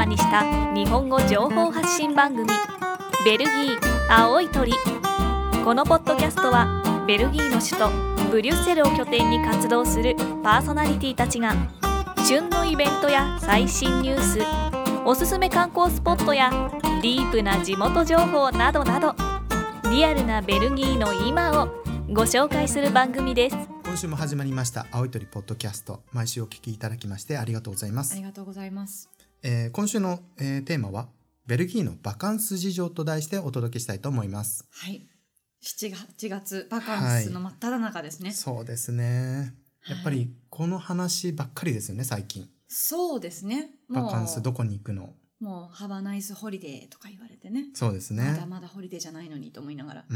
にした日本語情報発信番組ベルギー青い鳥。このポッドキャストはベルギーの首都ブリュッセルを拠点に活動するパーソナリティたちが旬のイベントや最新ニュース、おすすめ観光スポットやディープな地元情報などなど、リアルなベルギーの今をご紹介する番組です。 今週も始まりました青い鳥ポッドキャスト。毎週お聞きいただきましてありがとうございます。 ありがとうございます。 今週の、テーマはベルギーのバカンス事情と題してお届けしたいと思います。 はい、8月バカンスの真っ只中ですね。 はい、そうですね。やっぱりこの話ばっかりですよね最近。 そうですね。 バカンスどこに行くの、 もうハバナイスホリデーとか言われてね。 そうですね。 まだまだホリデーじゃないのにと思いながら、はい、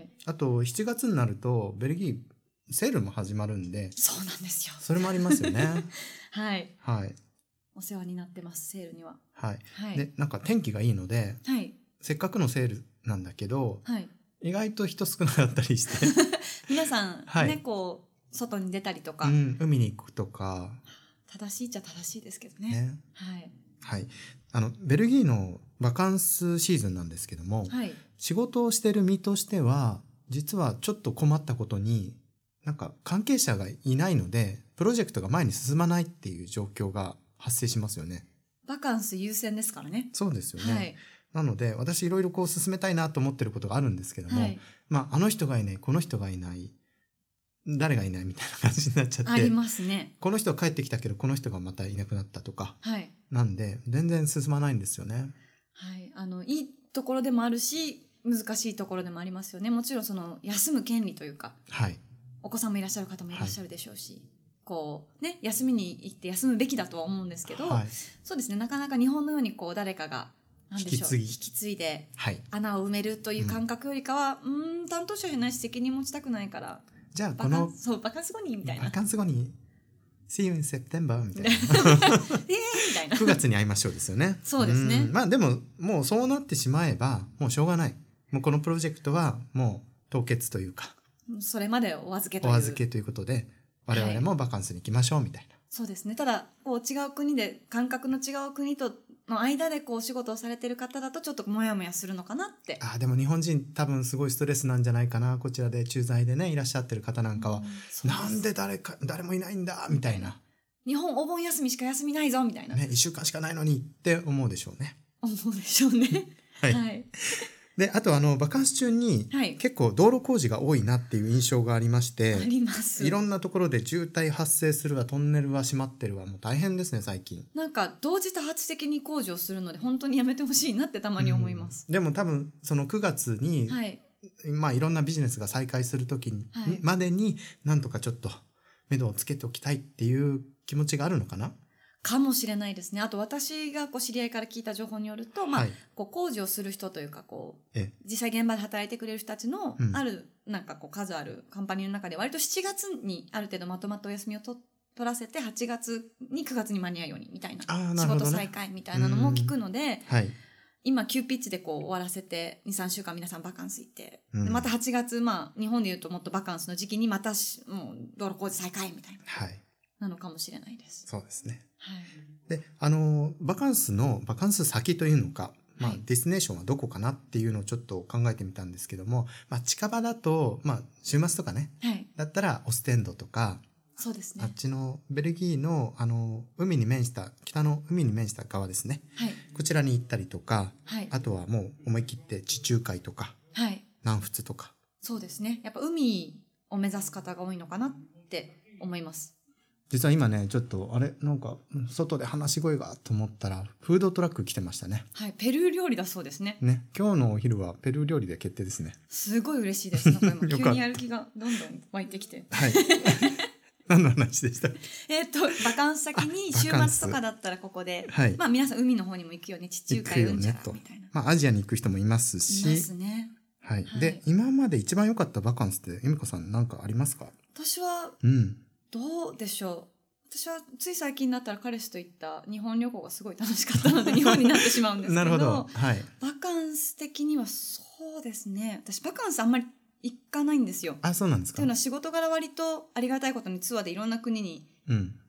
あと7月になるとベルギーセールも始まるんで。 そうなんですよ。 それもありますよね。 はい、 はい、 お世話になってますセールには。 はい、 はい、 でなんか天気がいいので、 はい、 せっかくのセールなんだけど、 はい、 意外と人少なかったりして皆さん、 はい、 ね、こう外に出たりとか、 海に行くとか。 正しいっちゃ正しいですけどね。はいはい、ベルギーのバカンスシーズンなんですけども、 はい、 仕事をしている身としては実はちょっと困ったことに、なんか関係者がいないのでプロジェクトが前に進まないっていう状況が発生しますよね。 バカンス優先ですからね。 そうですよね。はい、なので私いろいろこう進めたいなと思ってることがあるんですけども、はい、あの人がいない、この人がいない、誰がいないみたいな感じになっちゃって。 ありますね。 この人は帰ってきたけどこの人がまたいなくなったとか、 はい、 なんで全然進まないんですよね。 はい、いいところでもあるし難しいところでもありますよね。もちろんその休む権利というか、はい、お子さんもいらっしゃる方もいらっしゃるでしょうし、はい、こうね、休みに行って休むべきだとは思うんですけど、はい、そうですね、なかなか日本のようにこう誰かが引き継いで穴を埋めるという感覚よりかは、担当者じゃないし責任持ちたくないから、 じゃあこのバカンス後にみたいな、 バカンス後に See you in September みたいなみたいな 9月に会いましょうですよね。 そうですね。 でももうそうなってしまえばもうしょうがない。もうこのプロジェクトはもう凍結というか、 それまでお預けということで我々もバカンスに行きましょうみたいな、はい、 そうですね。ただこう違う国で感覚の違う国との間でこうお仕事をされてる方だとちょっとモヤモヤするのかなって。 でも日本人多分すごいストレスなんじゃないかな。こちらで駐在でねいらっしゃってる方なんかは、なんで誰もいないんだみたいな、 日本お盆休みしか休みないぞみたいな、 ね、1週間しかないのにって思うでしょうね。 思うでしょうね。 はい、はい、であとバカンス中に結構道路工事が多いなっていう印象がありまして、 あります。 いろんなところで渋滞発生するわ、トンネルは閉まってるわ、もう大変ですね最近。 なんか同時多発的に工事をするので本当にやめてほしいなってたまに思います。 でも多分その9月に、はい、いろんなビジネスが再開する時に、はい、までになんとかちょっと目処をつけておきたいっていう気持ちがあるのかな。 かもしれないですね。あと私がこう知り合いから聞いた情報によると、はい、こう工事をする人というかこう実際現場で働いてくれる人たちのある、なんかこう数あるカンパニーの中で割と7月にある程度まとまったお休みを取らせて8月に9月に間に合うようにみたいな、仕事再開みたいなのも聞くので、はい、今急ピッチでこう終わらせて 2,3 週間皆さんバカンス行って、でまた8月、日本でいうともっとバカンスの時期にまたもう道路工事再開みたいな、はい、なのかもしれないです。 そうですね。 はい、 でバカンス先というのか、ディスティネーションはどこかなっていうのをちょっと考えてみたんですけども、近場だと、週末とかね、はい、だったらオステンドとか、 そうですね、 あっちのベルギーの海に面した北の海に面した側ですね、はい、こちらに行ったりとか、はい、あとはもう思い切って地中海とか、はい、南仏とか。 そうですね、やっぱ海を目指す方が多いのかなって思います。 実は今ねちょっとなんか外で話し声がと思ったらフードトラック来てましたね。 はい、ペルー料理だそうですね。 今日のお昼はペルー料理で決定ですね。 すごい嬉しいです。なんか今急にやる気がどんどん湧いてきて。はい。 何の話でした？ バカンス先に週末とかだったらここで、はい、皆さん海の方にも行くよね、地中海うんちゃらみたいな。 アジアに行く人もいますし。 いますね。 はい。で今まで一番良かったバカンスって由美子さん何かありますか？ 私は、どうでしょう。私はつい最近だったら彼氏と行った日本旅行がすごい楽しかったので日本になってしまうんですけどなるほど、はい、 バカンス的にはそうですね、私バカンスあんまり行かないんですよ。 あ、そうなんですか。 というのは仕事柄割とありがたいことにツアーでいろんな国に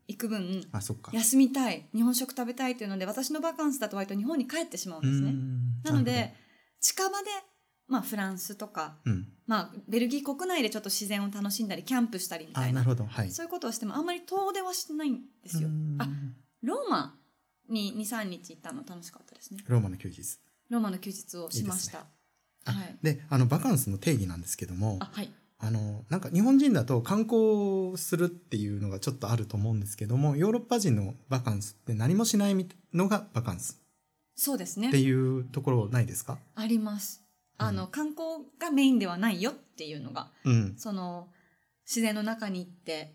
行く分そっか、 休みたい、日本食食べたいというので、私のバカンスだと割と日本に帰ってしまうんですね。なので近場で、フランスとか、ベルギー国内でちょっと自然を楽しんだりキャンプしたりみたいな、 なるほど、はい、 そういうことをしてもあんまり遠出はしてないんですよ。ローマに 2,3 日行ったの楽しかったですね。 ローマの休日をしました。 で、バカンスの定義なんですけども、 はい、 なんか日本人だと観光するっていうのがちょっとあると思うんですけども、ヨーロッパ人のバカンスって何もしないのがバカンス、 そうですね、 っていうところないですか？ あります。観光がメインではないよっていうのが、その自然の中に行って、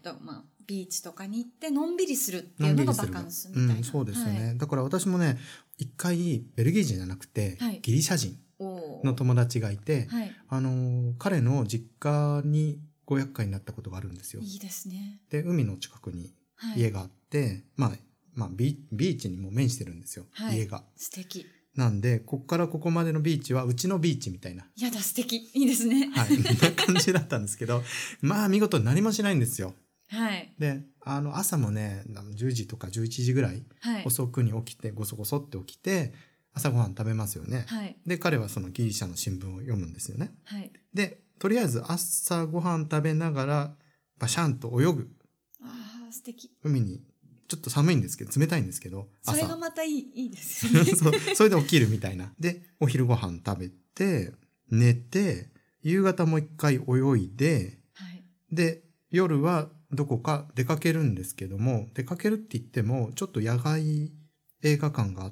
ビーチとかに行ってのんびりするっていうのがバカンスみたいな、 そうですよね、だから私もね、一回ベルギー人じゃなくて、ギリシャ人の友達がいて、彼の実家にご厄介になったことがあるんですよ。 いいですね。 で、海の近くに家があって、ビーチにも面してるんですよ、家が。 素敵。 なんで、こっからここまでのビーチはうちのビーチみたいな。 やだ、素敵。いいですね。 そんな感じだったんですけど、見事に何もしないんですよ。で、朝もね、10時とか11時ぐらい、遅くに起きて、ごそごそって起きて、朝ごはん食べますよね。で、彼はそのギリシャの新聞を読むんですよね。で、とりあえず朝ごはん食べながら、バシャンと泳ぐ。 素敵。 海に。ちょっと寒いんですけど、冷たいんですけど、 それがまたいいですよね。 それで起きるみたいな。で、お昼ご飯食べて、寝て、夕方もう一回泳いで、で、夜はどこか出かけるんですけども、出かけるって言っても、ちょっと野外映画館があって、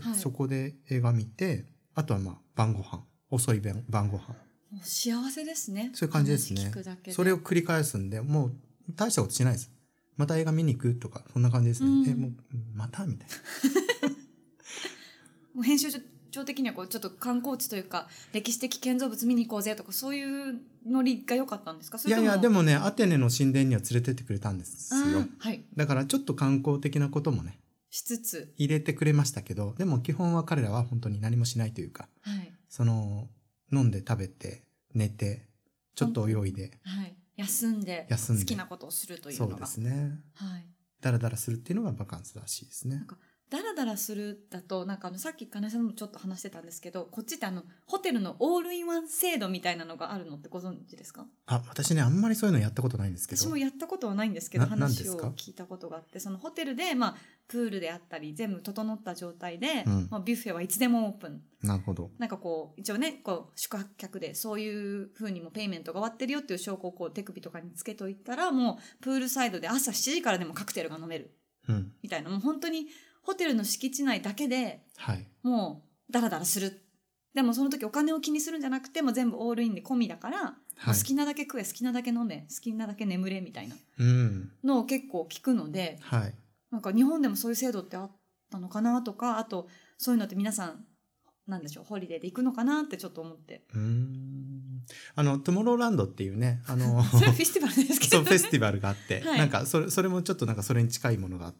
そこで映画見て、あとは晩ご飯、遅い晩ご飯。 もう幸せですね。 そういう感じですね。それを繰り返すんで、もう大したことしないです。また映画見に行くとか、そんな感じですね。もう、またみたいな。 もう編集長的にはちょっと観光地というか、歴史的建造物見に行こうぜとか、そういうノリが良かったんですか？ いや、でもね、アテネの神殿には連れてってくれたんですよ。だからちょっと観光的なこともね、 しつつ入れてくれましたけど、でも基本は彼らは本当に何もしないというか、飲んで食べて、寝て、ちょっと泳いで、 休んで好きなことをするというのが。 そうですね。ダラダラするっていうのがバカンスらしいですね。 ダラダラするだと、さっき金井さんもちょっと話してたんですけど、こっちってホテルのオールインワン制度みたいなのがあるのってご存知ですか？ 私ね、あんまりそういうのやったことないんですけど。 私もやったことはないんですけど、話を聞いたことがあって、そのホテルで、プールであったり、全部整った状態で、ビュッフェはいつでもオープン。 なるほど。 一応ね、宿泊客でそういう風にもペイメントが終わってるよっていう証拠を手首とかにつけといたら、もうプールサイドで朝7時からでもカクテルが飲める。みたいな、もう本当にホテルの敷地内だけで、もうダラダラする。でもその時お金を気にするんじゃなくて、もう全部オールインで込みだから、好きなだけ食え、好きなだけ飲め、好きなだけ眠れみたいなのを結構聞くので、日本でもそういう制度ってあったのかなとか、あとそういうのって皆さんなんでしょう、ホリデーで行くのかなってちょっと思って。 トゥモローランドっていうね、 それはフェスティバルですけど、 そう、フェスティバルがあって、それもちょっとそれに近いものがあって、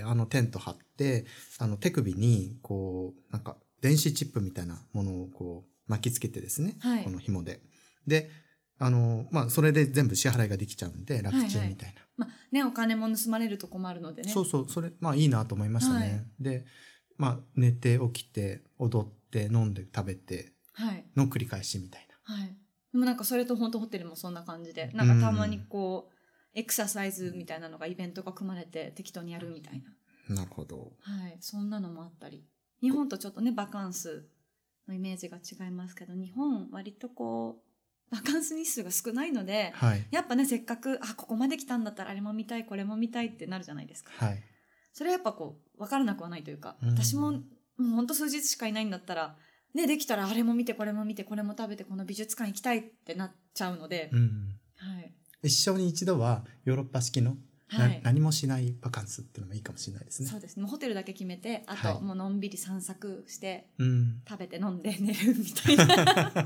テント張って、手首に、電子チップみたいなものを巻きつけてですね、この紐で。で、それで全部支払いができちゃうんで、楽ちんみたいな。お金も盗まれると困るのでね。 そう、それ、いいなと思いましたね。で、寝て起きて、踊って飲んで食べての繰り返しみたいな。 でもそれと本当ホテルもそんな感じで、たまにエクササイズみたいなのがイベントが組まれて適当にやるみたいな。 なるほど。 そんなのもあったり。日本とちょっとね、バカンスのイメージが違いますけど、日本割とバカンス日数が少ないので、やっぱね、せっかくここまで来たんだったらあれも見たいこれも見たいってなるじゃないですか。それはやっぱ分からなくはないというか、私ももうほんと数日しかいないんだったらね、できたらあれも見てこれも見てこれも食べてこの美術館行きたいってなっちゃうので、 一生に一度はヨーロッパ式の、何もしないバカンスっていうのもいいかもしれないですね。 そうですね。ホテルだけ決めて、あともうのんびり散策して、食べて飲んで寝るみたいな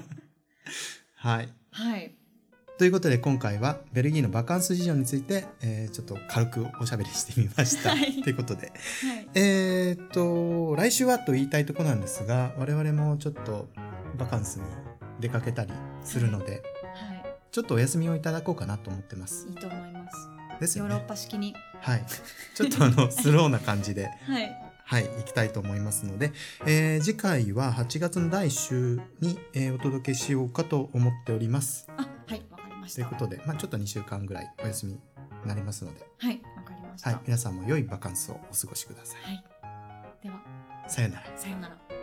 ということで今回はベルギーのバカンス事情について、ちょっと軽くおしゃべりしてみました、ということで、来週はと言いたいところなんですが、我々もちょっとバカンスに出かけたりするので、ちょっとお休みをいただこうかなと思ってます。 いいと思います。 ですよね。 ヨーロッパ式に。 はい、ちょっとスローな感じではい、 行きたいと思いますので、次回は8月の第1週に、お届けしようかと思っております。 はい、わかりました。 ということで、ちょっと2週間ぐらいお休みになりますので、 はい、わかりました。 はい、皆さんも良いバカンスをお過ごしください。 はい、ではさよなら。 さよなら。